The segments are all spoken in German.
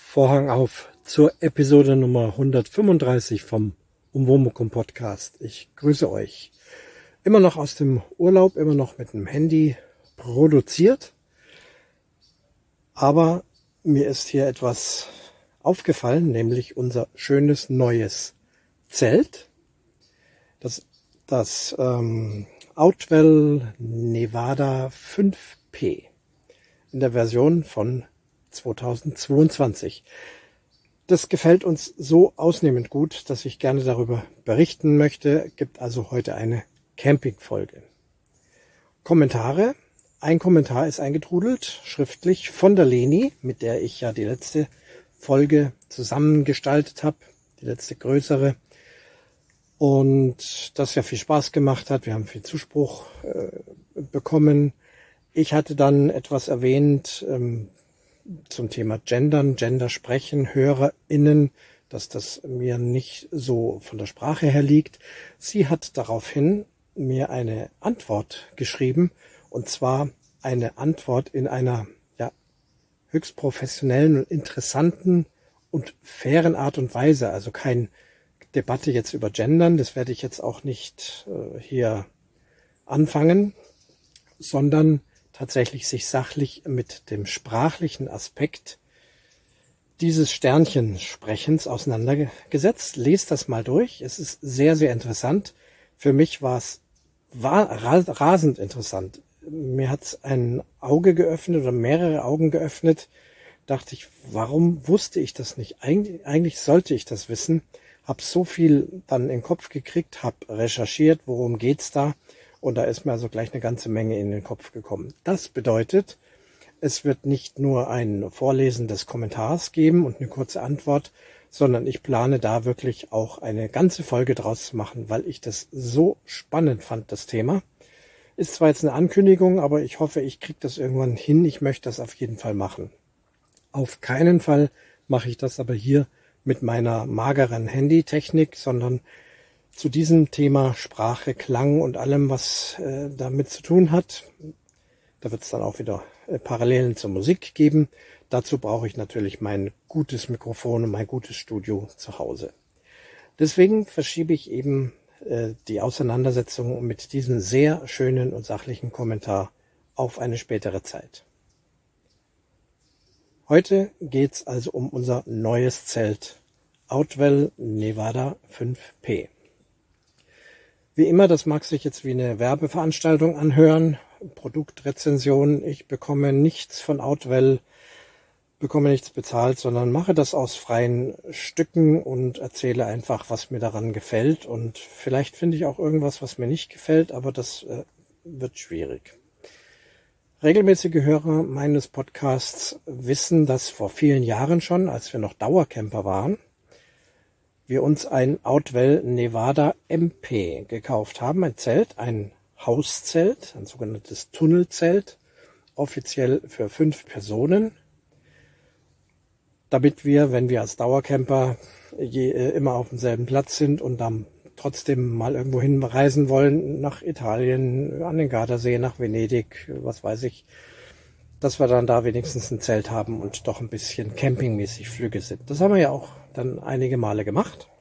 Vorhang auf zur Episode Nummer 135 vom Umwomukum Podcast. Ich grüße euch. Immer noch aus dem Urlaub, immer noch mit dem Handy produziert. Aber mir ist hier etwas aufgefallen, nämlich unser schönes neues Zelt. Das Outwell Nevada 5P in der Version von 2022. Das gefällt uns so ausnehmend gut, dass ich gerne darüber berichten möchte. Gibt also heute eine Campingfolge. Kommentare. Ein Kommentar ist eingetrudelt, schriftlich von der Leni, mit der ich ja die letzte Folge zusammengestaltet habe, die letzte größere. Und das ja viel Spaß gemacht hat. Wir haben viel Zuspruch bekommen. Ich hatte dann etwas erwähnt zum Thema Gendern, Gendersprechen, HörerInnen, dass das mir nicht so von der Sprache her liegt. Sie hat daraufhin mir eine Antwort geschrieben, und zwar eine Antwort in einer höchst professionellen und interessanten und fairen Art und Weise. Also keine Debatte jetzt über Gendern, das werde ich jetzt auch nicht hier anfangen, sondern tatsächlich sich sachlich mit dem sprachlichen Aspekt dieses Sternchensprechens auseinandergesetzt. Lest das mal durch. Es ist sehr, sehr interessant. Für mich war rasend interessant. Mir hat es ein Auge geöffnet oder mehrere Augen geöffnet. Dachte ich, warum wusste ich das nicht? Eigentlich sollte ich das wissen. Hab so viel dann in den Kopf gekriegt, hab recherchiert, worum geht's da. Und da ist mir also gleich eine ganze Menge in den Kopf gekommen. Das bedeutet, es wird nicht nur ein Vorlesen des Kommentars geben und eine kurze Antwort, sondern ich plane da wirklich auch eine ganze Folge draus zu machen, weil ich das so spannend fand, das Thema. Ist zwar jetzt eine Ankündigung, aber ich hoffe, ich kriege das irgendwann hin. Ich möchte das auf jeden Fall machen. Auf keinen Fall mache ich das aber hier mit meiner mageren Handytechnik, sondern zu diesem Thema Sprache, Klang und allem, was damit zu tun hat. Da wird es dann auch wieder Parallelen zur Musik geben. Dazu brauche ich natürlich mein gutes Mikrofon und mein gutes Studio zu Hause. Deswegen verschiebe ich eben die Auseinandersetzung mit diesem sehr schönen und sachlichen Kommentar auf eine spätere Zeit. Heute geht es also um unser neues Zelt, Outwell Nevada 5P. Wie immer, das mag sich jetzt wie eine Werbeveranstaltung anhören, Produktrezension. Ich bekomme nichts von Outwell, bekomme nichts bezahlt, sondern mache das aus freien Stücken und erzähle einfach, was mir daran gefällt. Und vielleicht finde ich auch irgendwas, was mir nicht gefällt, aber das wird schwierig. Regelmäßige Hörer meines Podcasts wissen, dass vor vielen Jahren schon, als wir noch Dauercamper waren, wir uns ein Outwell Nevada MP gekauft haben, ein Zelt, ein Hauszelt, ein sogenanntes Tunnelzelt, offiziell für 5 Personen, damit wir, wenn wir als Dauercamper immer auf demselben Platz sind und dann trotzdem mal irgendwo hinreisen wollen, nach Italien, an den Gardasee, nach Venedig, was weiß ich, dass wir dann da wenigstens ein Zelt haben und doch ein bisschen campingmäßig Flüge sind. Das haben wir ja auch dann einige Male gemacht.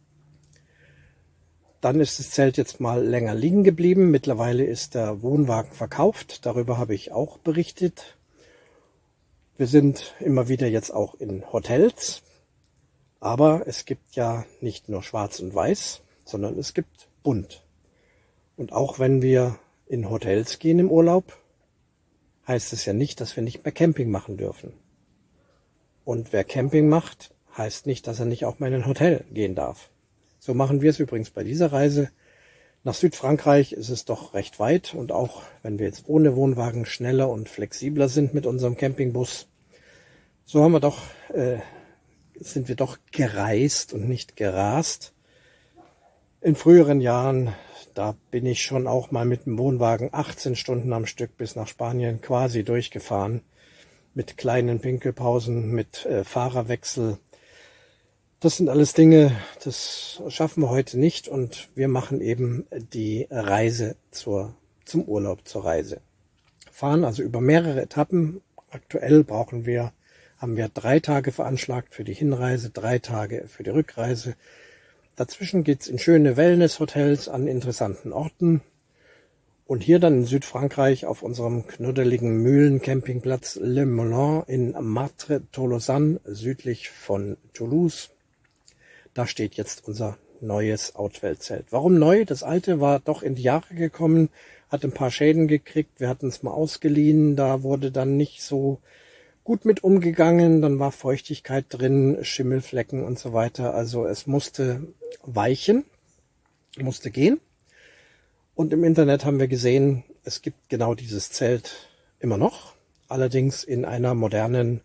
Dann ist das Zelt jetzt mal länger liegen geblieben. Mittlerweile ist der Wohnwagen verkauft. Darüber habe ich auch berichtet. Wir sind immer wieder jetzt auch in Hotels. Aber es gibt ja nicht nur schwarz und weiß, sondern es gibt bunt. Und auch wenn wir in Hotels gehen im Urlaub, heißt es ja nicht, dass wir nicht mehr Camping machen dürfen. Und wer Camping macht, heißt nicht, dass er nicht auch mal in ein Hotel gehen darf. So machen wir es übrigens bei dieser Reise. Nach Südfrankreich ist es doch recht weit. Und auch wenn wir jetzt ohne Wohnwagen schneller und flexibler sind mit unserem Campingbus, so sind wir doch gereist und nicht gerast. In früheren Jahren, da bin ich schon auch mal mit dem Wohnwagen 18 Stunden am Stück bis nach Spanien quasi durchgefahren. Mit kleinen Pinkelpausen, mit Fahrerwechsel. Das sind alles Dinge, das schaffen wir heute nicht. Und wir machen eben die Reise zum Urlaub, zur Reise. Fahren also über mehrere Etappen. Aktuell haben wir 3 Tage veranschlagt für die Hinreise, 3 Tage für die Rückreise. Dazwischen geht's in schöne Wellness-Hotels an interessanten Orten. Und hier dann in Südfrankreich auf unserem knuddeligen Mühlencampingplatz Le Moulin in Martre-Tolosan, südlich von Toulouse. Da steht jetzt unser neues Outwell-Zelt. Warum neu? Das alte war doch in die Jahre gekommen, hat ein paar Schäden gekriegt. Wir hatten es mal ausgeliehen, da wurde dann nicht so gut mit umgegangen. Dann war Feuchtigkeit drin, Schimmelflecken und so weiter. Also es musste weichen, musste gehen. Und im Internet haben wir gesehen, es gibt genau dieses Zelt immer noch, allerdings in einer modernen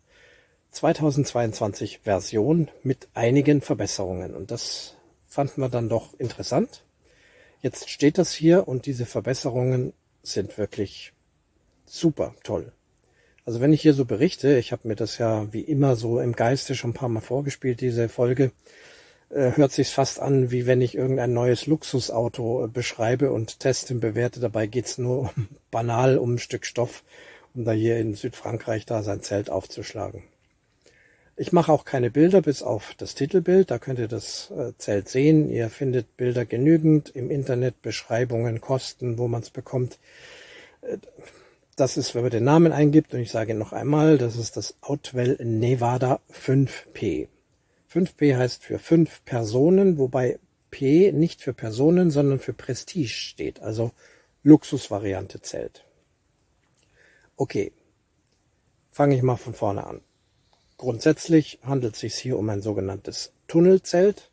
2022 Version mit einigen Verbesserungen. Und das fanden wir dann doch interessant. Jetzt steht das hier und diese Verbesserungen sind wirklich super toll. Also wenn ich hier so berichte, ich habe mir das ja wie immer so im Geiste schon ein paar Mal vorgespielt, diese Folge, hört sich's fast an, wie wenn ich irgendein neues Luxusauto beschreibe und teste und bewerte. Dabei geht's nur banal um ein Stück Stoff, um da hier in Südfrankreich da sein Zelt aufzuschlagen. Ich mache auch keine Bilder bis auf das Titelbild. Da könnt ihr das Zelt sehen. Ihr findet Bilder genügend im Internet, Beschreibungen, Kosten, wo man es bekommt. Das ist, wenn man den Namen eingibt, und ich sage noch einmal, das ist das Outwell Nevada 5P. 5P heißt für 5 Personen, wobei P nicht für Personen, sondern für Prestige steht, also Luxusvariante Zelt. Okay, fange ich mal von vorne an. Grundsätzlich handelt es sich hier um ein sogenanntes Tunnelzelt.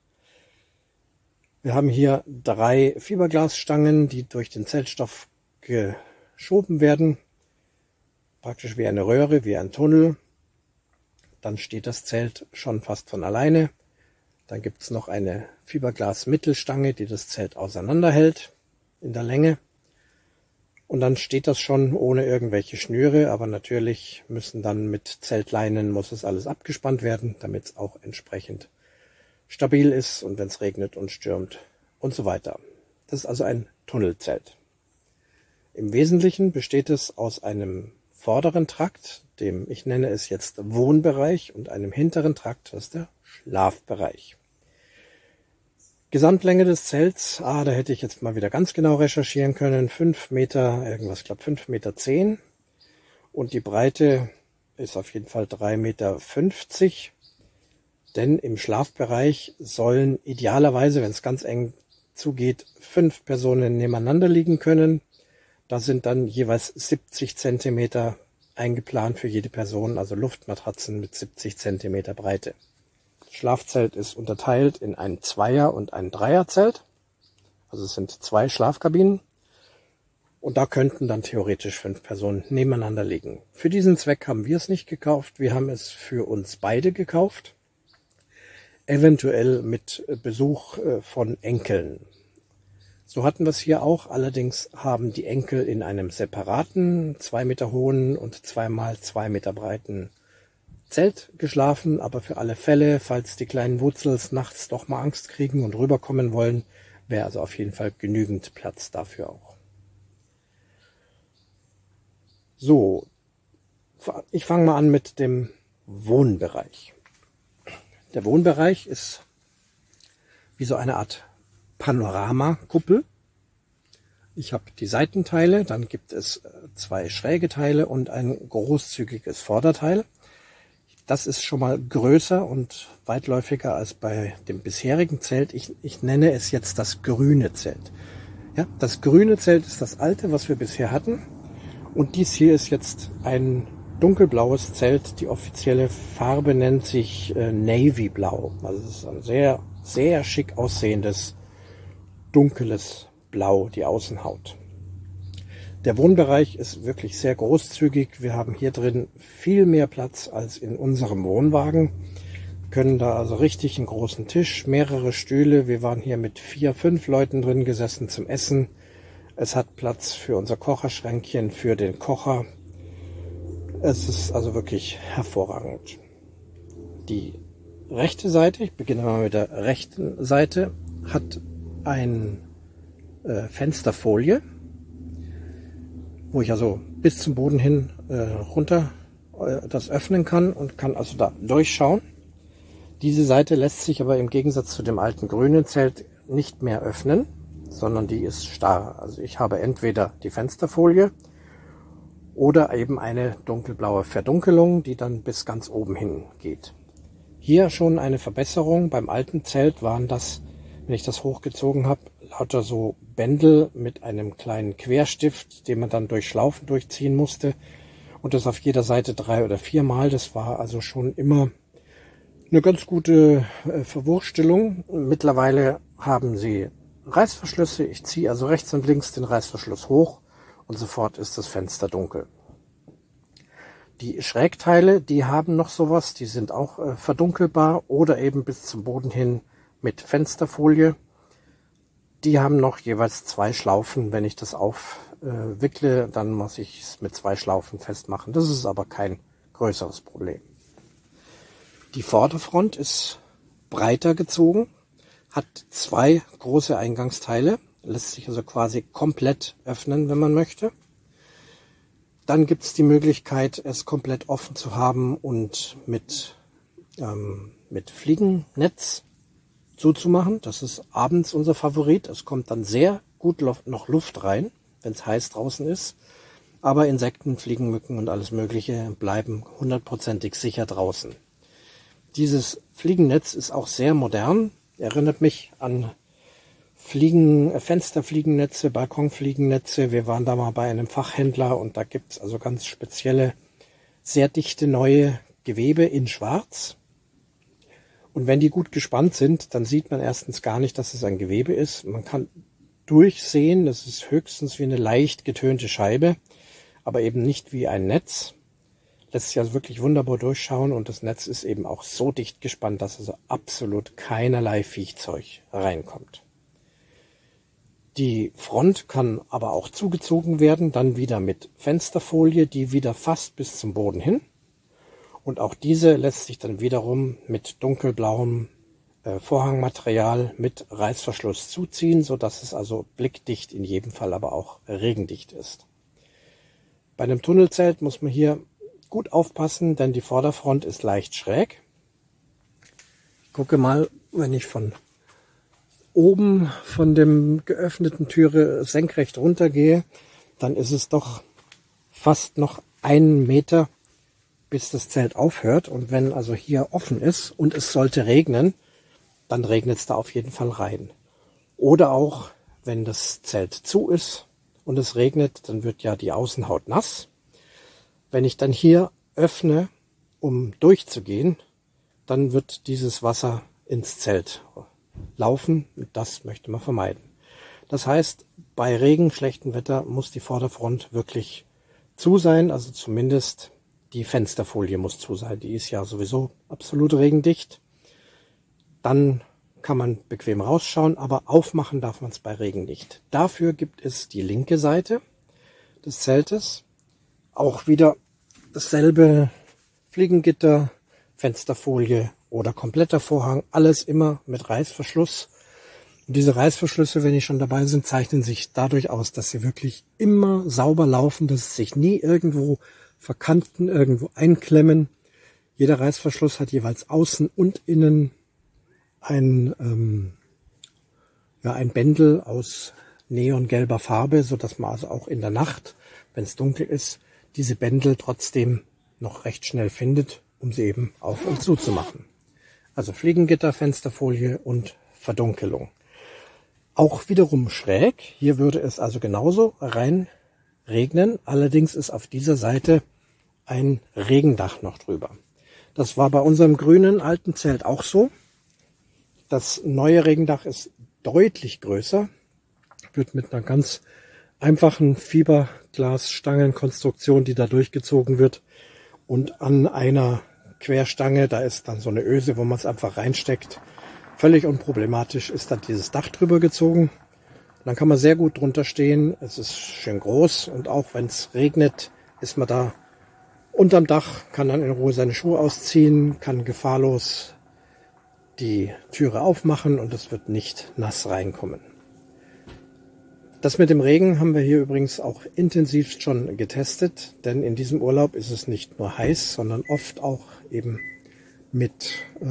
Wir haben hier 3 Fiberglasstangen, die durch den Zeltstoff geschoben werden, praktisch wie eine Röhre, wie ein Tunnel. Dann steht das Zelt schon fast von alleine. Dann gibt es noch eine Fiberglas-Mittelstange, die das Zelt auseinanderhält in der Länge. Und dann steht das schon ohne irgendwelche Schnüre, aber natürlich müssen dann mit Zeltleinen muss es alles abgespannt werden, damit es auch entsprechend stabil ist und wenn es regnet und stürmt und so weiter. Das ist also ein Tunnelzelt. Im Wesentlichen besteht es aus einem vorderen Trakt, ich nenne es jetzt Wohnbereich, und einem hinteren Trakt, das ist der Schlafbereich. Gesamtlänge des Zelts, da hätte ich jetzt mal wieder ganz genau recherchieren können, 5 Meter, irgendwas, ich glaube 5,10 Meter. Und die Breite ist auf jeden Fall 3,50 Meter. Denn im Schlafbereich sollen idealerweise, wenn es ganz eng zugeht, 5 Personen nebeneinander liegen können. Da sind dann jeweils 70 Zentimeter eingeplant für jede Person, also Luftmatratzen mit 70 Zentimeter Breite. Das Schlafzelt ist unterteilt in ein Zweier- und ein Dreierzelt. Also es sind 2 Schlafkabinen. Und da könnten dann theoretisch 5 Personen nebeneinander liegen. Für diesen Zweck haben wir es nicht gekauft. Wir haben es für uns beide gekauft. Eventuell mit Besuch von Enkeln. So hatten wir es hier auch, allerdings haben die Enkel in einem separaten, 2 Meter hohen und 2x2 Meter breiten Zelt geschlafen, aber für alle Fälle, falls die kleinen Wutzels nachts doch mal Angst kriegen und rüberkommen wollen, wäre also auf jeden Fall genügend Platz dafür auch. So, ich fange mal an mit dem Wohnbereich. Der Wohnbereich ist wie so eine Art Panoramakuppel. Ich habe die Seitenteile, dann gibt es 2 schräge Teile und ein großzügiges Vorderteil. Das ist schon mal größer und weitläufiger als bei dem bisherigen Zelt. Ich nenne es jetzt das grüne Zelt. Ja, das grüne Zelt ist das alte, was wir bisher hatten. Und dies hier ist jetzt ein dunkelblaues Zelt. Die offizielle Farbe nennt sich Navy Blau. Also es ist ein sehr, sehr schick aussehendes dunkles Blau, die Außenhaut. Der Wohnbereich ist wirklich sehr großzügig. Wir haben hier drin viel mehr Platz als in unserem Wohnwagen. Wir können da also richtig einen großen Tisch, mehrere Stühle. Wir waren hier mit 4, 5 Leuten drin gesessen zum Essen. Es hat Platz für unser Kocherschränkchen, für den Kocher. Es ist also wirklich hervorragend. Die rechte Seite, ich beginne mal mit der rechten Seite, hat ein Fensterfolie, wo ich also bis zum Boden hin runter das öffnen kann und kann also da durchschauen. Diese Seite lässt sich aber im Gegensatz zu dem alten grünen Zelt nicht mehr öffnen, sondern die ist starr. Also ich habe entweder die Fensterfolie oder eben eine dunkelblaue Verdunkelung, die dann bis ganz oben hin geht. Hier schon eine Verbesserung. Beim alten Zelt waren das, wenn ich das hochgezogen habe, lauter so Bändel mit einem kleinen Querstift, den man dann durch Schlaufen durchziehen musste. Und das auf jeder Seite 3 oder 4 Mal. Das war also schon immer eine ganz gute Verwurstelung. Mittlerweile haben sie Reißverschlüsse. Ich ziehe also rechts und links den Reißverschluss hoch und sofort ist das Fenster dunkel. Die Schrägteile, die haben noch sowas, die sind auch verdunkelbar oder eben bis zum Boden hin mit Fensterfolie. Die haben noch jeweils 2 Schlaufen. Wenn ich das aufwickle, dann muss ich es mit 2 Schlaufen festmachen. Das ist aber kein größeres Problem. Die Vorderfront ist breiter gezogen, hat 2 große Eingangsteile, lässt sich also quasi komplett öffnen, wenn man möchte. Dann gibt es die Möglichkeit, es komplett offen zu haben und mit Fliegennetz zuzumachen. Das ist abends unser Favorit. Es kommt dann sehr gut noch Luft rein, wenn es heiß draußen ist. Aber Insekten, Fliegen, Mücken und alles Mögliche bleiben 100%ig sicher draußen. Dieses Fliegennetz ist auch sehr modern. Erinnert mich an Fensterfliegennetze, Balkonfliegennetze. Wir waren da mal bei einem Fachhändler und da gibt es also ganz spezielle, sehr dichte neue Gewebe in Schwarz. Und wenn die gut gespannt sind, dann sieht man erstens gar nicht, dass es ein Gewebe ist. Man kann durchsehen, das ist höchstens wie eine leicht getönte Scheibe, aber eben nicht wie ein Netz. Lässt sich also wirklich wunderbar durchschauen und das Netz ist eben auch so dicht gespannt, dass also absolut keinerlei Viechzeug reinkommt. Die Front kann aber auch zugezogen werden, dann wieder mit Fensterfolie, die wieder fast bis zum Boden hin. Und auch diese lässt sich dann wiederum mit dunkelblauem Vorhangmaterial mit Reißverschluss zuziehen, sodass es also blickdicht, in jedem Fall aber auch regendicht ist. Bei einem Tunnelzelt muss man hier gut aufpassen, denn die Vorderfront ist leicht schräg. Ich gucke mal, wenn ich von oben von dem geöffneten Türe senkrecht runtergehe, dann ist es doch fast noch 1 Meter, bis das Zelt aufhört. Und wenn also hier offen ist und es sollte regnen, dann regnet es da auf jeden Fall rein. Oder auch, wenn das Zelt zu ist und es regnet, dann wird ja die Außenhaut nass. Wenn ich dann hier öffne, um durchzugehen, dann wird dieses Wasser ins Zelt laufen. Das möchte man vermeiden. Das heißt, bei Regen, schlechtem Wetter muss die Vorderfront wirklich zu sein, also zumindest die Fensterfolie muss zu sein. Die ist ja sowieso absolut regendicht. Dann kann man bequem rausschauen, aber aufmachen darf man es bei Regen nicht. Dafür gibt es die linke Seite des Zeltes. Auch wieder dasselbe Fliegengitter, Fensterfolie oder kompletter Vorhang. Alles immer mit Reißverschluss. Und diese Reißverschlüsse, wenn die schon dabei sind, zeichnen sich dadurch aus, dass sie wirklich immer sauber laufen, dass sie sich nie irgendwo verkanten, irgendwo einklemmen. Jeder Reißverschluss hat jeweils außen und innen ein Bändel aus neongelber Farbe, so dass man also auch in der Nacht, wenn es dunkel ist, diese Bändel trotzdem noch recht schnell findet, um sie eben auf und zu machen. Also Fliegengitter, Fensterfolie und Verdunkelung. Auch wiederum schräg. Hier würde es also genauso rein regnen. Allerdings ist auf dieser Seite ein Regendach noch drüber. Das war bei unserem grünen alten Zelt auch so. Das neue Regendach ist deutlich größer. Wird mit einer ganz einfachen Fiberglasstangenkonstruktion, die da durchgezogen wird. Und an einer Querstange, da ist dann so eine Öse, wo man es einfach reinsteckt. Völlig unproblematisch ist dann dieses Dach drüber gezogen. Dann kann man sehr gut drunter stehen. Es ist schön groß und auch wenn es regnet, ist man da unterm Dach, kann dann in Ruhe seine Schuhe ausziehen, kann gefahrlos die Türe aufmachen und es wird nicht nass reinkommen. Das mit dem Regen haben wir hier übrigens auch intensiv schon getestet, denn in diesem Urlaub ist es nicht nur heiß, sondern oft auch eben mit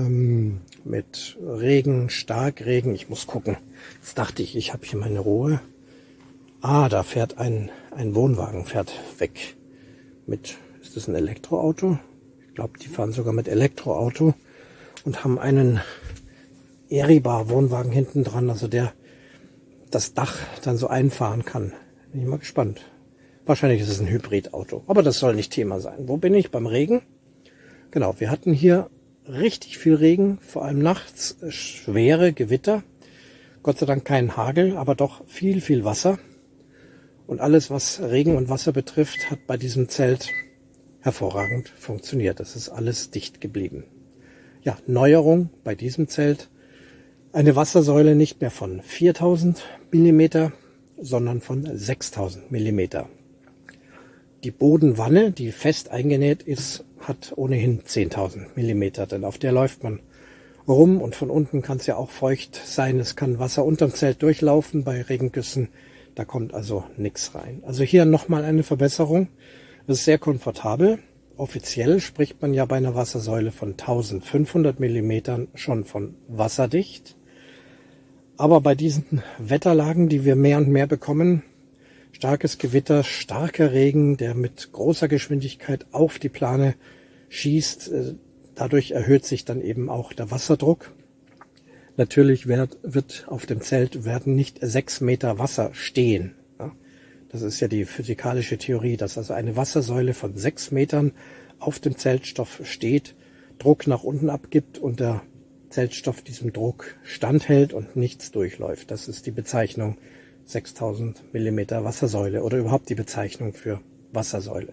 Regen, Starkregen. Ich muss gucken. Jetzt dachte ich, ich habe hier meine Ruhe. Da fährt ein Wohnwagen fährt weg. Ist das ein Elektroauto? Ich glaube, die fahren sogar mit Elektroauto und haben einen Eribar-Wohnwagen hinten dran, also der das Dach dann so einfahren kann. Bin ich mal gespannt. Wahrscheinlich ist es ein Hybridauto, aber das soll nicht Thema sein. Wo bin ich? Beim Regen? Genau, wir hatten hier richtig viel Regen, vor allem nachts schwere Gewitter. Gott sei Dank kein Hagel, aber doch viel, viel Wasser. Und alles, was Regen und Wasser betrifft, hat bei diesem Zelt hervorragend funktioniert. Das ist alles dicht geblieben. Ja, Neuerung bei diesem Zelt. Eine Wassersäule nicht mehr von 4000 Millimeter, sondern von 6000 Millimeter. Die Bodenwanne, die fest eingenäht ist, hat ohnehin 10.000 Millimeter, denn auf der läuft man rum und von unten kann es ja auch feucht sein. Es kann Wasser unterm Zelt durchlaufen bei Regengüssen. Da kommt also nichts rein. Also hier nochmal eine Verbesserung. Das ist sehr komfortabel. Offiziell spricht man ja bei einer Wassersäule von 1500 Millimetern schon von wasserdicht. Aber bei diesen Wetterlagen, die wir mehr und mehr bekommen, starkes Gewitter, starker Regen, der mit großer Geschwindigkeit auf die Plane schießt, dadurch erhöht sich dann eben auch der Wasserdruck. Natürlich wird auf dem Zelt werden nicht 6 Meter Wasser stehen. Das ist ja die physikalische Theorie, dass also eine Wassersäule von 6 Metern auf dem Zeltstoff steht, Druck nach unten abgibt und der Zeltstoff diesem Druck standhält und nichts durchläuft. Das ist die Bezeichnung 6000 Millimeter Wassersäule oder überhaupt die Bezeichnung für Wassersäule.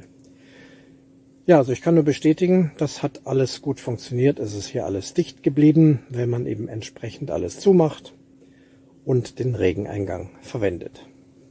Ja, also ich kann nur bestätigen, das hat alles gut funktioniert. Es ist hier alles dicht geblieben, wenn man eben entsprechend alles zumacht und den Regeneingang verwendet.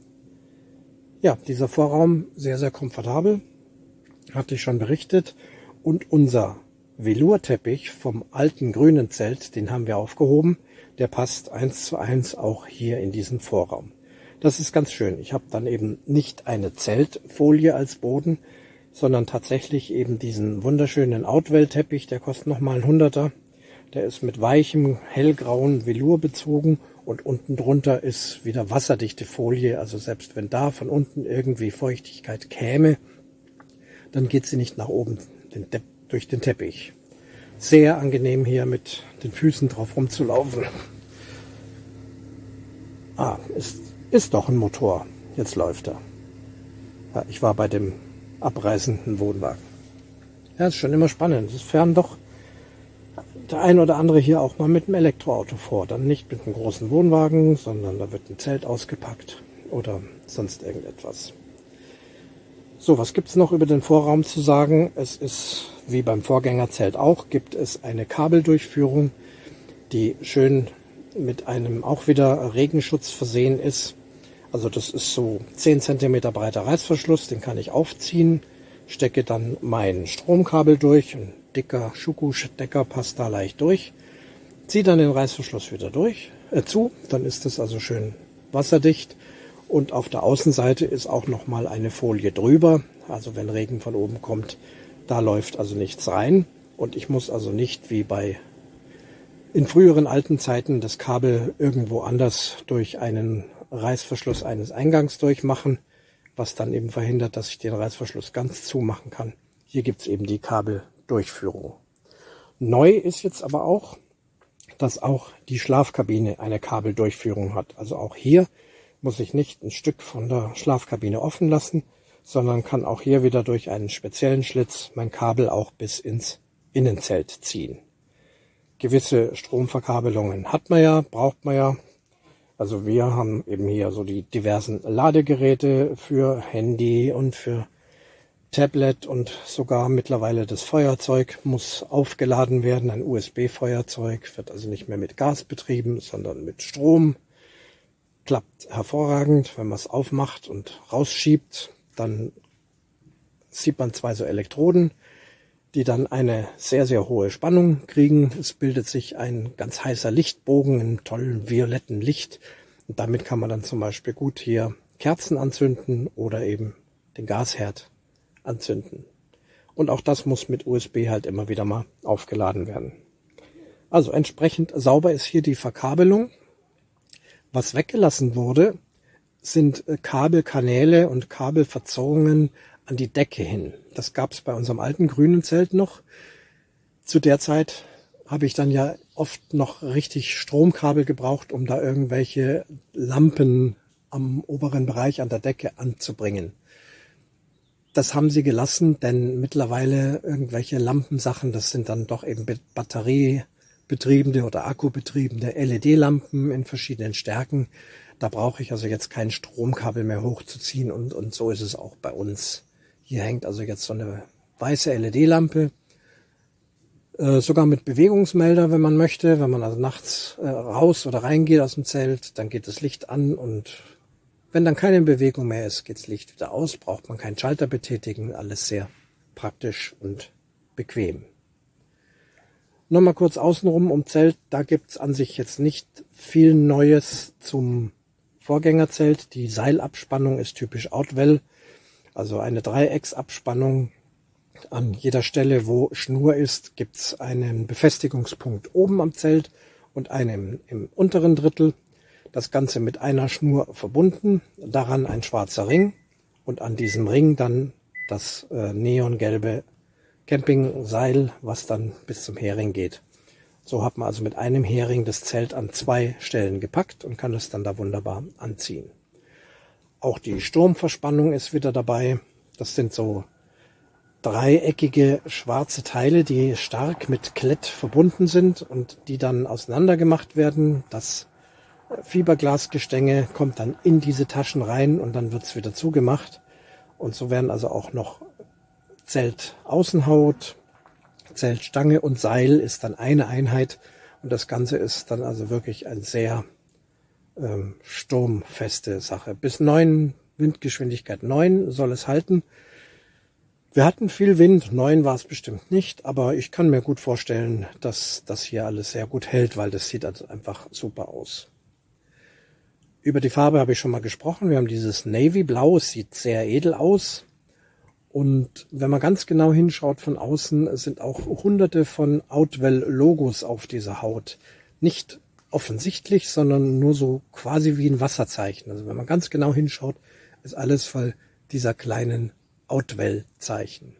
Ja, dieser Vorraum sehr, sehr komfortabel, hatte ich schon berichtet. Und unser Velourteppich vom alten grünen Zelt, den haben wir aufgehoben. Der passt 1:1 auch hier in diesen Vorraum. Das ist ganz schön. Ich habe dann eben nicht eine Zeltfolie als Boden, sondern tatsächlich eben diesen wunderschönen Outwell-Teppich, der kostet nochmal ein Hunderter. Der ist mit weichem, hellgrauen Velour bezogen und unten drunter ist wieder wasserdichte Folie. Also selbst wenn da von unten irgendwie Feuchtigkeit käme, dann geht sie nicht nach oben durch den Teppich. Sehr angenehm hier mit den Füßen drauf rumzulaufen. Ist doch ein Motor. Jetzt läuft er. Ja, ich war bei dem abreißenden Wohnwagen. Ja, ist schon immer spannend. Es fahren doch der ein oder andere hier auch mal mit einem Elektroauto vor. Dann nicht mit einem großen Wohnwagen, sondern da wird ein Zelt ausgepackt oder sonst irgendetwas. So, was gibt's noch über den Vorraum zu sagen? Es ist, wie beim Vorgängerzelt auch, gibt es eine Kabeldurchführung, die schön mit einem auch wieder Regenschutz versehen ist. Also das ist so 10 cm breiter Reißverschluss, den kann ich aufziehen, stecke dann mein Stromkabel durch, ein dicker Schuko-Stecker passt da leicht durch, ziehe dann den Reißverschluss wieder zu, dann ist es also schön wasserdicht und auf der Außenseite ist auch nochmal eine Folie drüber, also wenn Regen von oben kommt, da läuft also nichts rein und ich muss also nicht wie in früheren alten Zeiten das Kabel irgendwo anders durch einen Reißverschluss eines Eingangs durchmachen, was dann eben verhindert, dass ich den Reißverschluss ganz zumachen kann. Hier gibt's eben die Kabeldurchführung. Neu ist jetzt aber auch, dass auch die Schlafkabine eine Kabeldurchführung hat. Also auch hier muss ich nicht ein Stück von der Schlafkabine offen lassen, sondern kann auch hier wieder durch einen speziellen Schlitz mein Kabel auch bis ins Innenzelt ziehen. Gewisse Stromverkabelungen hat man ja, braucht man ja. Also wir haben eben hier so die diversen Ladegeräte für Handy und für Tablet und sogar mittlerweile das Feuerzeug muss aufgeladen werden. Ein USB-Feuerzeug wird also nicht mehr mit Gas betrieben, sondern mit Strom. Klappt hervorragend, wenn man es aufmacht und rausschiebt. Dann sieht man 2 so Elektroden, die dann eine sehr, sehr hohe Spannung kriegen. Es bildet sich ein ganz heißer Lichtbogen in tollen violetten Licht Und damit kann man dann zum Beispiel gut hier Kerzen anzünden oder eben den Gasherd anzünden. Und auch das muss mit USB halt immer wieder mal aufgeladen werden. Also entsprechend sauber ist hier die Verkabelung. Was weggelassen wurde, sind Kabelkanäle und Kabelverzerrungen an die Decke hin. Das gab es bei unserem alten grünen Zelt noch. Zu der Zeit habe ich dann ja oft noch richtig Stromkabel gebraucht, um da irgendwelche Lampen am oberen Bereich an der Decke anzubringen. Das haben sie gelassen, denn mittlerweile irgendwelche Lampensachen, das sind dann doch eben batteriebetriebene oder akkubetriebene LED-Lampen in verschiedenen Stärken. Da brauche ich also jetzt kein Stromkabel mehr hochzuziehen und so ist es auch bei uns. Hier hängt also jetzt so eine weiße LED-Lampe, sogar mit Bewegungsmelder, wenn man möchte. Wenn man also nachts raus oder reingeht aus dem Zelt, dann geht das Licht an und wenn dann keine Bewegung mehr ist, geht das Licht wieder aus, braucht man keinen Schalter betätigen, alles sehr praktisch und bequem. Nochmal kurz außenrum um Zelt, da gibt's an sich jetzt nicht viel Neues zum Vorgängerzelt. Die Seilabspannung ist typisch Outwell, also eine Dreiecksabspannung. An jeder Stelle, wo Schnur ist, gibt's einen Befestigungspunkt oben am Zelt und einen im unteren Drittel. Das Ganze mit einer Schnur verbunden, daran ein schwarzer Ring und an diesem Ring dann das neongelbe Campingseil, was dann bis zum Hering geht. So hat man also mit einem Hering das Zelt an 2 Stellen gepackt und kann es dann da wunderbar anziehen. Auch die Sturmverspannung ist wieder dabei. Das sind so dreieckige schwarze Teile, die stark mit Klett verbunden sind und die dann auseinander gemacht werden. Das Fiberglasgestänge kommt dann in diese Taschen rein und dann wird es wieder zugemacht. Und so werden also auch noch Zeltaußenhaut, Zeltstange und Seil ist dann eine Einheit. Und das Ganze ist dann also wirklich eine sehr sturmfeste Sache. Bis 9, Windgeschwindigkeit 9 soll es halten. Wir hatten viel Wind, 9 war es bestimmt nicht, aber ich kann mir gut vorstellen, dass das hier alles sehr gut hält, weil das sieht also einfach super aus. Über die Farbe habe ich schon mal gesprochen. Wir haben dieses Navy Blau, es sieht sehr edel aus. Und wenn man ganz genau hinschaut von außen, sind auch hunderte von Outwell-Logos auf dieser Haut. Nicht offensichtlich, sondern nur so quasi wie ein Wasserzeichen. Also wenn man ganz genau hinschaut, ist alles voll dieser kleinen Outwell-Zeichen.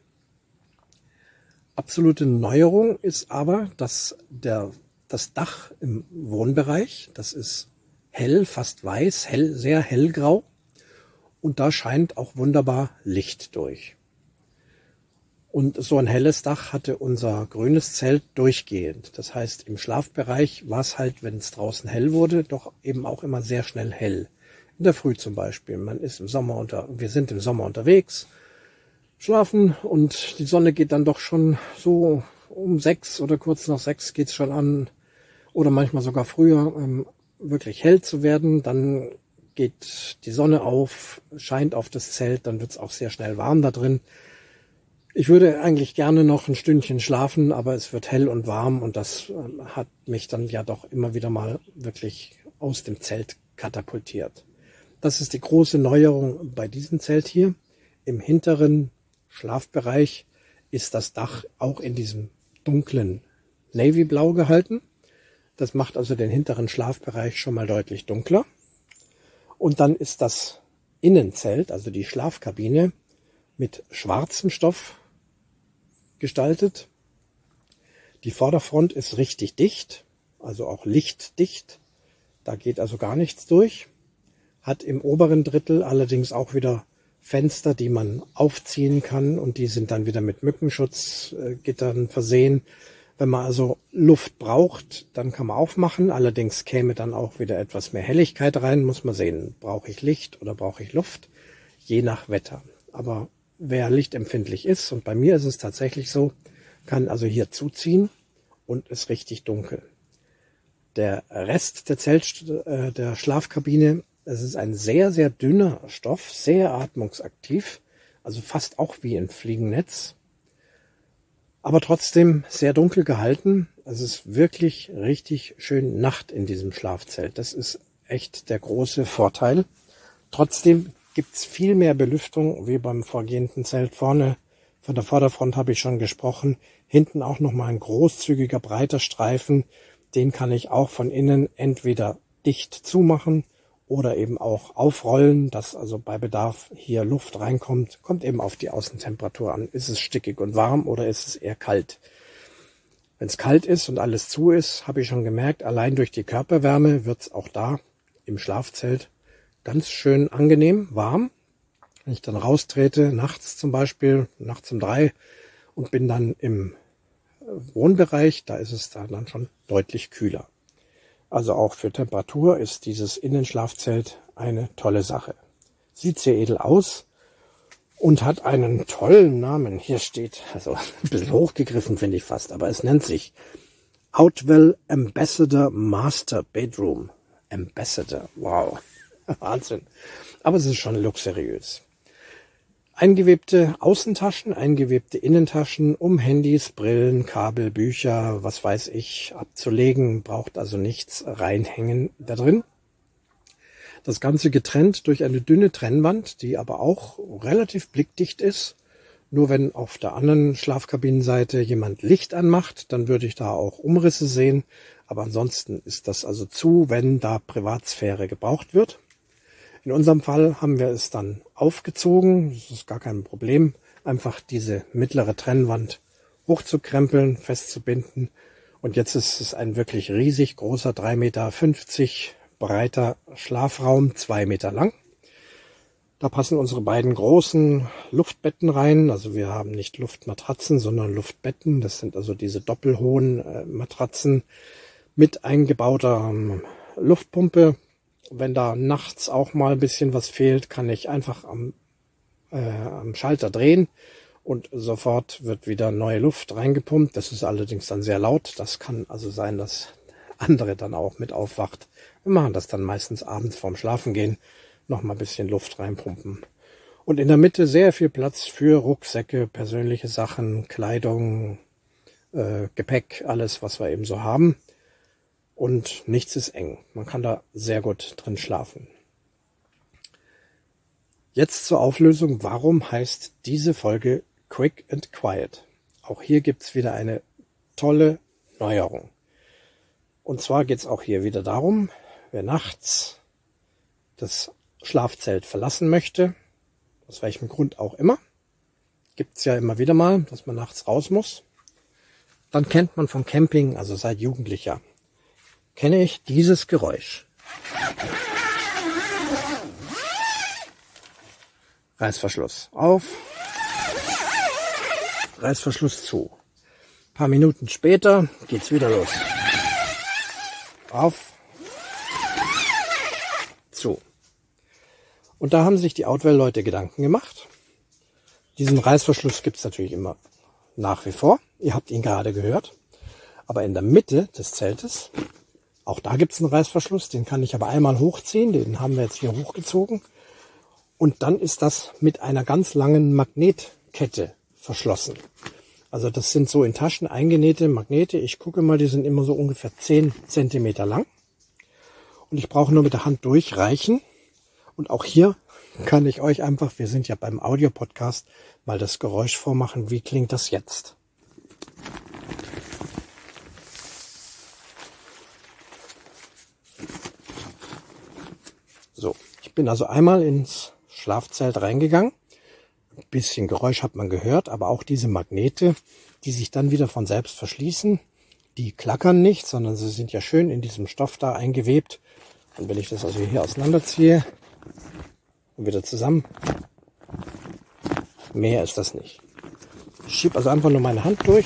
Absolute Neuerung ist aber, dass das Dach im Wohnbereich, das ist hell, fast weiß, sehr hellgrau und da scheint auch wunderbar Licht durch. Und so ein helles Dach hatte unser grünes Zelt durchgehend. Das heißt, im Schlafbereich war es halt, wenn es draußen hell wurde, doch eben auch immer sehr schnell hell. In der Früh zum Beispiel. Wir sind im Sommer unterwegs, schlafen und die Sonne geht dann doch schon so um 6 oder kurz nach 6 geht's schon an oder manchmal sogar früher wirklich hell zu werden, dann geht die Sonne auf, scheint auf das Zelt, dann wird es auch sehr schnell warm da drin. Ich würde eigentlich gerne noch ein Stündchen schlafen, aber es wird hell und warm und das hat mich dann ja doch immer wieder mal wirklich aus dem Zelt katapultiert. Das ist die große Neuerung bei diesem Zelt hier. Im hinteren Schlafbereich ist das Dach auch in diesem dunklen Navy-Blau gehalten. Das macht also den hinteren Schlafbereich schon mal deutlich dunkler. Und dann ist das Innenzelt, also die Schlafkabine, mit schwarzem Stoff gestaltet. Die Vorderfront ist richtig dicht, also auch lichtdicht. Da geht also gar nichts durch. Hat im oberen Drittel allerdings auch wieder Fenster, die man aufziehen kann und die sind dann wieder mit Mückenschutzgittern versehen. Wenn man also Luft braucht, dann kann man aufmachen. Allerdings käme dann auch wieder etwas mehr Helligkeit rein. Muss man sehen, brauche ich Licht oder brauche ich Luft? Je nach Wetter. Aber wer lichtempfindlich ist, und bei mir ist es tatsächlich so, kann also hier zuziehen und ist richtig dunkel. Der Rest der Schlafkabine, es ist ein sehr, sehr dünner Stoff, sehr atmungsaktiv, also fast auch wie ein Fliegennetz. Aber trotzdem sehr dunkel gehalten. Es ist wirklich richtig schön Nacht in diesem Schlafzelt. Das ist echt der große Vorteil. Trotzdem gibt's viel mehr Belüftung wie beim vorgehenden Zelt. Vorne von der Vorderfront habe ich schon gesprochen. Hinten auch nochmal ein großzügiger, breiter Streifen. Den kann ich auch von innen entweder dicht zumachen oder eben auch aufrollen, dass also bei Bedarf hier Luft reinkommt. Kommt eben auf die Außentemperatur an. Ist es stickig und warm oder ist es eher kalt? Wenn es kalt ist und alles zu ist, habe ich schon gemerkt, allein durch die Körperwärme wird es auch da im Schlafzelt ganz schön angenehm, warm. Wenn ich dann raustrete, nachts zum Beispiel, nachts um 3 und bin dann im Wohnbereich, da ist es dann schon deutlich kühler. Also auch für Temperatur ist dieses Innenschlafzelt eine tolle Sache. Sieht sehr edel aus und hat einen tollen Namen. Hier steht, also ein bisschen hochgegriffen finde ich fast, aber es nennt sich Outwell Ambassador Master Bedroom. Ambassador, wow, Wahnsinn. Aber es ist schon luxuriös. Eingewebte Außentaschen, eingewebte Innentaschen, um Handys, Brillen, Kabel, Bücher, was weiß ich, abzulegen. Braucht also nichts reinhängen da drin. Das Ganze getrennt durch eine dünne Trennwand, die aber auch relativ blickdicht ist. Nur wenn auf der anderen Schlafkabinenseite jemand Licht anmacht, dann würde ich da auch Umrisse sehen. Aber ansonsten ist das also zu, wenn da Privatsphäre gebraucht wird. In unserem Fall haben wir es dann aufgezogen, das ist gar kein Problem, einfach diese mittlere Trennwand hochzukrempeln, festzubinden. Und jetzt ist es ein wirklich riesig großer 3,50 Meter breiter Schlafraum, 2 Meter lang. Da passen unsere beiden großen Luftbetten rein. Also wir haben nicht Luftmatratzen, sondern Luftbetten. Das sind also diese doppelhohen Matratzen mit eingebauter Luftpumpe. Wenn da nachts auch mal ein bisschen was fehlt, kann ich einfach am Schalter drehen und sofort wird wieder neue Luft reingepumpt. Das ist allerdings dann sehr laut. Das kann also sein, dass andere dann auch mit aufwacht. Wir machen das dann meistens abends vorm Schlafengehen, noch mal ein bisschen Luft reinpumpen. Und in der Mitte sehr viel Platz für Rucksäcke, persönliche Sachen, Kleidung, Gepäck, alles, was wir eben so haben. Und nichts ist eng. Man kann da sehr gut drin schlafen. Jetzt zur Auflösung. Warum heißt diese Folge Quick and Quiet? Auch hier gibt's wieder eine tolle Neuerung. Und zwar geht's auch hier wieder darum, wer nachts das Schlafzelt verlassen möchte, aus welchem Grund auch immer, gibt's ja immer wieder mal, dass man nachts raus muss. Dann kennt man vom Camping, also seit Jugendlicher, kenne ich dieses Geräusch. Reißverschluss auf, Reißverschluss zu. Ein paar Minuten später geht's wieder los. Auf, zu. Und da haben sich die Outwell-Leute Gedanken gemacht. Diesen Reißverschluss gibt's natürlich immer nach wie vor. Ihr habt ihn gerade gehört. Aber in der Mitte des Zeltes, auch da gibt's einen Reißverschluss, den kann ich aber einmal hochziehen, den haben wir jetzt hier hochgezogen. Und dann ist das mit einer ganz langen Magnetkette verschlossen. Also das sind so in Taschen eingenähte Magnete. Ich gucke mal, die sind immer so ungefähr 10 Zentimeter lang. Und ich brauche nur mit der Hand durchreichen. Und auch hier kann ich euch einfach, wir sind ja beim Audiopodcast, mal das Geräusch vormachen. Wie klingt das jetzt? So, ich bin also einmal ins Schlafzelt reingegangen. Ein bisschen Geräusch hat man gehört, aber auch diese Magnete, die sich dann wieder von selbst verschließen, die klackern nicht, sondern sie sind ja schön in diesem Stoff da eingewebt. Und wenn ich das also hier auseinanderziehe und wieder zusammen, mehr ist das nicht. Ich schiebe also einfach nur meine Hand durch,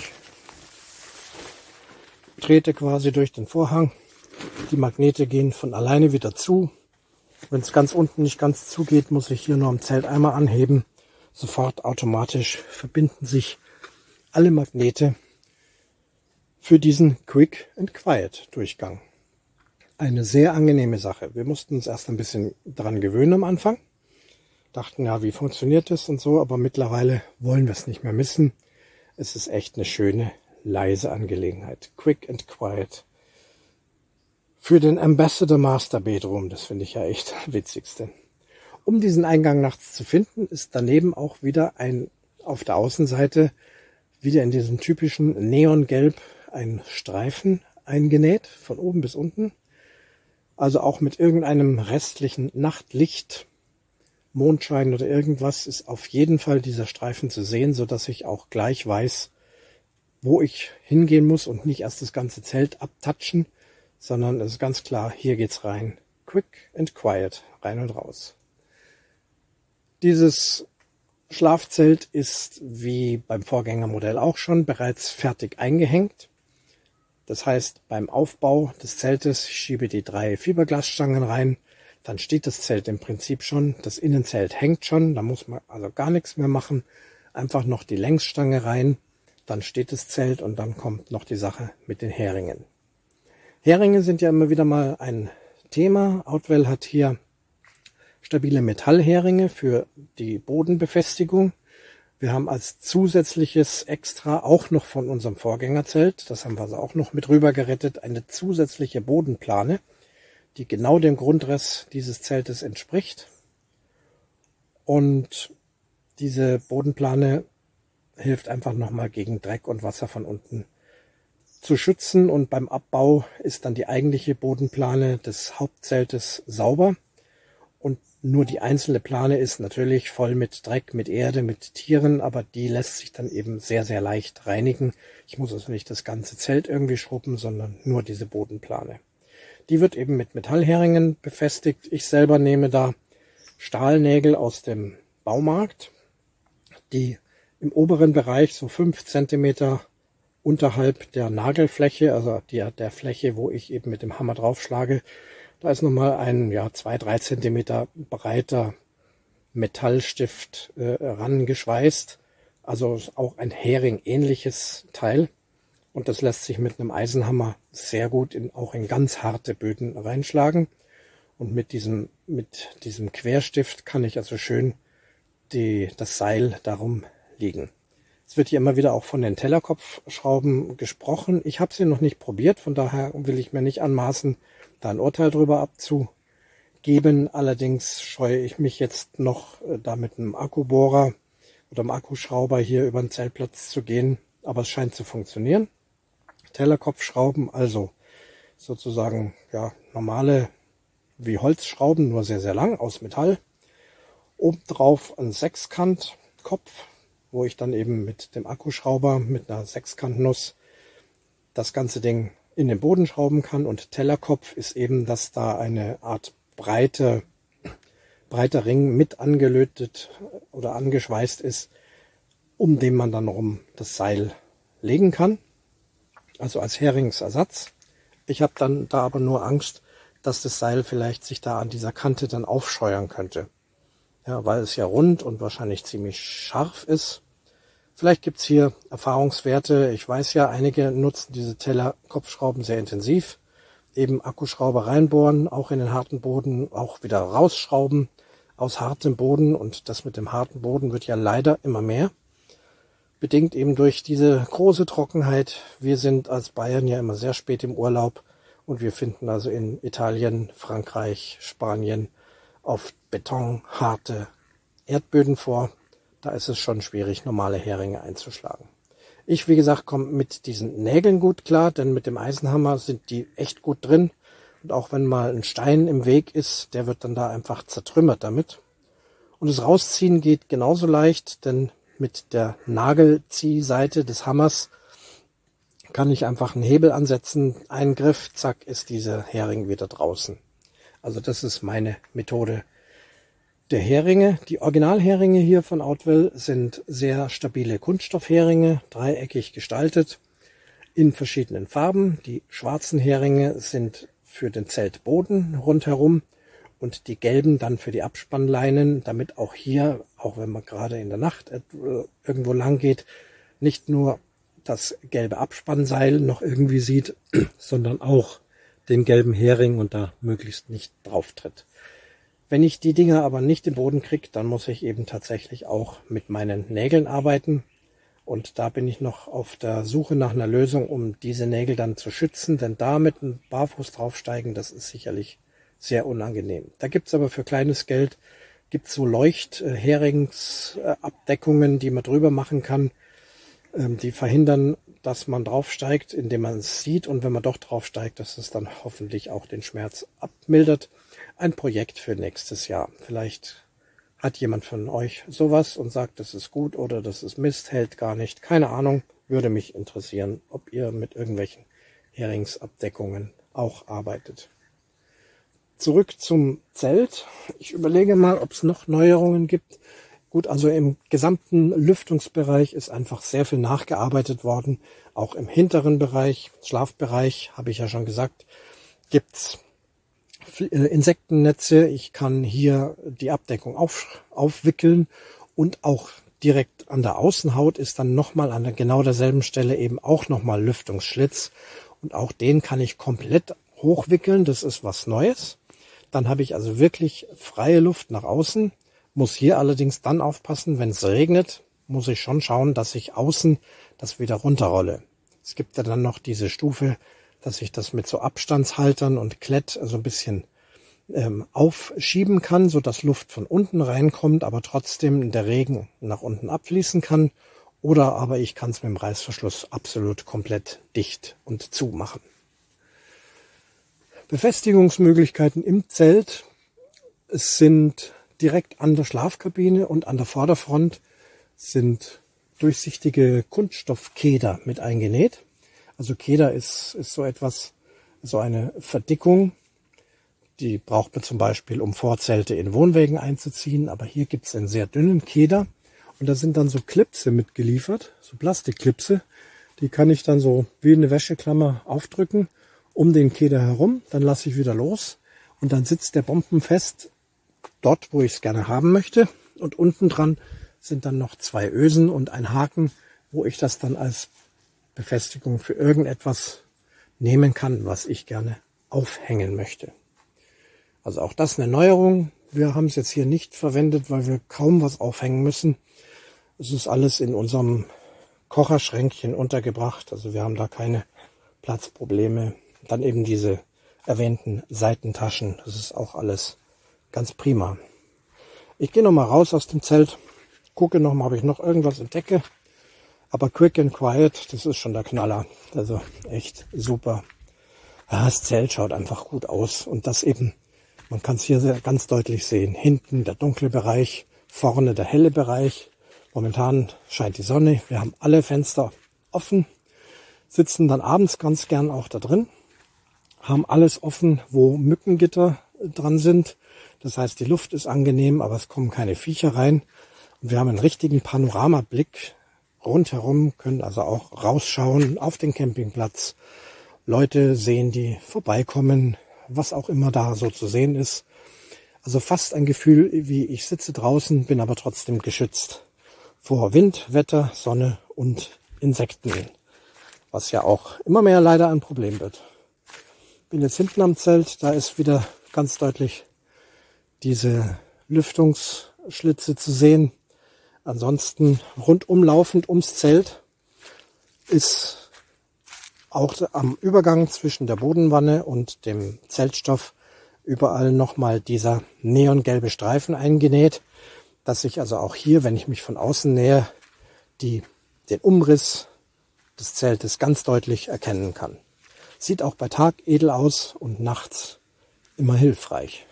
trete quasi durch den Vorhang. Die Magnete gehen von alleine wieder zu. Wenn es ganz unten nicht ganz zugeht, muss ich hier nur am Zelt einmal anheben. Sofort automatisch verbinden sich alle Magnete für diesen Quick and Quiet Durchgang. Eine sehr angenehme Sache. Wir mussten uns erst ein bisschen dran gewöhnen am Anfang. Dachten, ja, wie funktioniert das und so, aber mittlerweile wollen wir es nicht mehr missen. Es ist echt eine schöne, leise Angelegenheit. Quick and Quiet. für den Ambassador Master Bedroom. Das finde ich ja echt am witzigsten. Um diesen Eingang nachts zu finden, ist daneben auch wieder auf der Außenseite wieder in diesem typischen Neongelb ein Streifen eingenäht, von oben bis unten. Also auch mit irgendeinem restlichen Nachtlicht, Mondschein oder irgendwas ist auf jeden Fall dieser Streifen zu sehen, so dass ich auch gleich weiß, wo ich hingehen muss und nicht erst das ganze Zelt abtatschen, sondern es ist ganz klar, hier geht's rein. Quick and quiet, rein und raus. Dieses Schlafzelt ist wie beim Vorgängermodell auch schon bereits fertig eingehängt. Das heißt, beim Aufbau des Zeltes ich schiebe die 3 Fiberglasstangen rein, dann steht das Zelt im Prinzip schon, das Innenzelt hängt schon, da muss man also gar nichts mehr machen, einfach noch die Längsstange rein, dann steht das Zelt und dann kommt noch die Sache mit den Heringen. Heringe sind ja immer wieder mal ein Thema. Outwell hat hier stabile Metallheringe für die Bodenbefestigung. Wir haben als zusätzliches Extra auch noch von unserem Vorgängerzelt, das haben wir also auch noch mit rüber gerettet, eine zusätzliche Bodenplane, die genau dem Grundriss dieses Zeltes entspricht. Und diese Bodenplane hilft einfach nochmal gegen Dreck und Wasser von unten zu schützen. Und beim Abbau ist dann die eigentliche Bodenplane des Hauptzeltes sauber. Und nur die einzelne Plane ist natürlich voll mit Dreck, mit Erde, mit Tieren, aber die lässt sich dann eben sehr, sehr leicht reinigen. Ich muss also nicht das ganze Zelt irgendwie schrubben, sondern nur diese Bodenplane. Die wird eben mit Metallheringen befestigt. Ich selber nehme da Stahlnägel aus dem Baumarkt, die im oberen Bereich so 5 Zentimeter unterhalb der Nagelfläche, also der Fläche, wo ich eben mit dem Hammer draufschlage, da ist nochmal ein 2-3 Zentimeter breiter Metallstift rangeschweißt. Also auch ein Hering-ähnliches Teil. Und das lässt sich mit einem Eisenhammer sehr gut auch in ganz harte Böden reinschlagen. Und mit diesem Querstift kann ich also schön das Seil darum liegen. Es wird hier immer wieder auch von den Tellerkopfschrauben gesprochen. Ich habe sie noch nicht probiert, von daher will ich mir nicht anmaßen, da ein Urteil drüber abzugeben. Allerdings scheue ich mich jetzt noch, da mit einem Akkubohrer oder einem Akkuschrauber hier über den Zeltplatz zu gehen. Aber es scheint zu funktionieren. Tellerkopfschrauben, also sozusagen normale wie Holzschrauben, nur sehr, sehr lang aus Metall. Obendrauf ein Sechskantkopf, wo ich dann eben mit dem Akkuschrauber mit einer Sechskantnuss das ganze Ding in den Boden schrauben kann. Und Tellerkopf ist eben, dass da eine Art breiter Ring mit angelötet oder angeschweißt ist, um den man dann rum das Seil legen kann. Also als Heringsersatz. Ich habe dann da aber nur Angst, dass das Seil vielleicht sich da an dieser Kante dann aufscheuern könnte. Ja, weil es ja rund und wahrscheinlich ziemlich scharf ist. Vielleicht gibt's hier Erfahrungswerte. Ich weiß ja, einige nutzen diese Tellerkopfschrauben sehr intensiv. Eben Akkuschrauber reinbohren, auch in den harten Boden, auch wieder rausschrauben aus hartem Boden. Und das mit dem harten Boden wird ja leider immer mehr. Bedingt eben durch diese große Trockenheit. Wir sind als Bayern ja immer sehr spät im Urlaub und wir finden also in Italien, Frankreich, Spanien auf Beton harte Erdböden vor. Da ist es schon schwierig, normale Heringe einzuschlagen. Ich, wie gesagt, komme mit diesen Nägeln gut klar, denn mit dem Eisenhammer sind die echt gut drin. Und auch wenn mal ein Stein im Weg ist, der wird dann da einfach zertrümmert damit. Und das Rausziehen geht genauso leicht, denn mit der Nagelziehseite des Hammers kann ich einfach einen Hebel ansetzen, einen Griff, zack, ist dieser Hering wieder draußen. Also das ist meine Methode der Heringe. Die Originalheringe hier von Outwell sind sehr stabile Kunststoffheringe, dreieckig gestaltet, in verschiedenen Farben. Die schwarzen Heringe sind für den Zeltboden rundherum und die gelben dann für die Abspannleinen, damit auch hier, auch wenn man gerade in der Nacht irgendwo lang geht, nicht nur das gelbe Abspannseil noch irgendwie sieht, sondern auch den gelben Hering und da möglichst nicht drauf tritt. Wenn ich die Dinger aber nicht im Boden kriege, dann muss ich eben tatsächlich auch mit meinen Nägeln arbeiten. Und da bin ich noch auf der Suche nach einer Lösung, um diese Nägel dann zu schützen, denn da mit einem Barfuß draufsteigen, das ist sicherlich sehr unangenehm. Da gibt's aber für kleines Geld, gibt's so Leuchtheringsabdeckungen, die man drüber machen kann, die verhindern, dass man draufsteigt, indem man es sieht, und wenn man doch draufsteigt, dass es dann hoffentlich auch den Schmerz abmildert. Ein Projekt für nächstes Jahr. Vielleicht hat jemand von euch sowas und sagt, das ist gut oder das ist Mist, hält gar nicht. Keine Ahnung, würde mich interessieren, ob ihr mit irgendwelchen Heringsabdeckungen auch arbeitet. Zurück zum Zelt. Ich überlege mal, ob es noch Neuerungen gibt. Gut, also im gesamten Lüftungsbereich ist einfach sehr viel nachgearbeitet worden. Auch im hinteren Bereich, Schlafbereich, habe ich ja schon gesagt, gibt's Insektennetze. Ich kann hier die Abdeckung aufwickeln und auch direkt an der Außenhaut ist dann nochmal an genau derselben Stelle eben auch nochmal Lüftungsschlitz. Und auch den kann ich komplett hochwickeln. Das ist was Neues. Dann habe ich also wirklich freie Luft nach außen. Muss hier allerdings dann aufpassen, wenn es regnet, muss ich schon schauen, dass ich außen das wieder runterrolle. Es gibt ja dann noch diese Stufe, dass ich das mit so Abstandshaltern und Klett so ein bisschen aufschieben kann, so dass Luft von unten reinkommt, aber trotzdem der Regen nach unten abfließen kann. Oder aber ich kann es mit dem Reißverschluss absolut komplett dicht und zumachen. Befestigungsmöglichkeiten im Zelt sind direkt an der Schlafkabine und an der Vorderfront sind durchsichtige Kunststoffkeder mit eingenäht. Also Keder ist so etwas, so eine Verdickung, die braucht man zum Beispiel, um Vorzelte in Wohnwägen einzuziehen. Aber hier gibt es einen sehr dünnen Keder und da sind dann so Klipse mitgeliefert, so Plastikklipse. Die kann ich dann so wie eine Wäscheklammer aufdrücken um den Keder herum. Dann lasse ich wieder los und dann sitzt der bombenfest dort, wo ich es gerne haben möchte. Und unten dran sind dann noch 2 Ösen und ein Haken, wo ich das dann als Befestigung für irgendetwas nehmen kann, was ich gerne aufhängen möchte. Also auch das eine Neuerung. Wir haben es jetzt hier nicht verwendet, weil wir kaum was aufhängen müssen. Es ist alles in unserem Kocherschränkchen untergebracht. Also wir haben da keine Platzprobleme. Dann eben diese erwähnten Seitentaschen. Das ist auch alles ganz prima. Ich gehe nochmal raus aus dem Zelt, gucke nochmal, ob ich noch irgendwas entdecke. Aber quick and quiet, das ist schon der Knaller. Also echt super. Ja, das Zelt schaut einfach gut aus. Und das eben, man kann es hier sehr, ganz deutlich sehen. Hinten der dunkle Bereich, vorne der helle Bereich. Momentan scheint die Sonne. Wir haben alle Fenster offen. Sitzen dann abends ganz gern auch da drin. Haben alles offen, wo Mückengitter dran sind. Das heißt, die Luft ist angenehm, aber es kommen keine Viecher rein. Und wir haben einen richtigen Panoramablick rundherum, können also auch rausschauen auf den Campingplatz. Leute sehen, die vorbeikommen, was auch immer da so zu sehen ist. Also fast ein Gefühl, wie ich sitze draußen, bin aber trotzdem geschützt vor Wind, Wetter, Sonne und Insekten, was ja auch immer mehr leider ein Problem wird. Bin jetzt hinten am Zelt, da ist wieder ganz deutlich diese Lüftungsschlitze zu sehen. Ansonsten rundum laufend ums Zelt ist auch am Übergang zwischen der Bodenwanne und dem Zeltstoff überall nochmal dieser neongelbe Streifen eingenäht, dass ich also auch hier, wenn ich mich von außen nähe, den Umriss des Zeltes ganz deutlich erkennen kann. Sieht auch bei Tag edel aus und nachts immer hilfreich.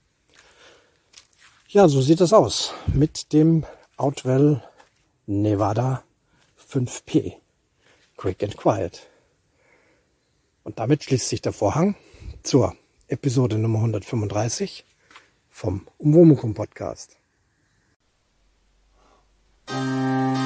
Ja, so sieht es aus mit dem Outwell Nevada 5P Quick and Quiet. Und damit schließt sich der Vorhang zur Episode Nummer 135 vom Umwomukum Podcast.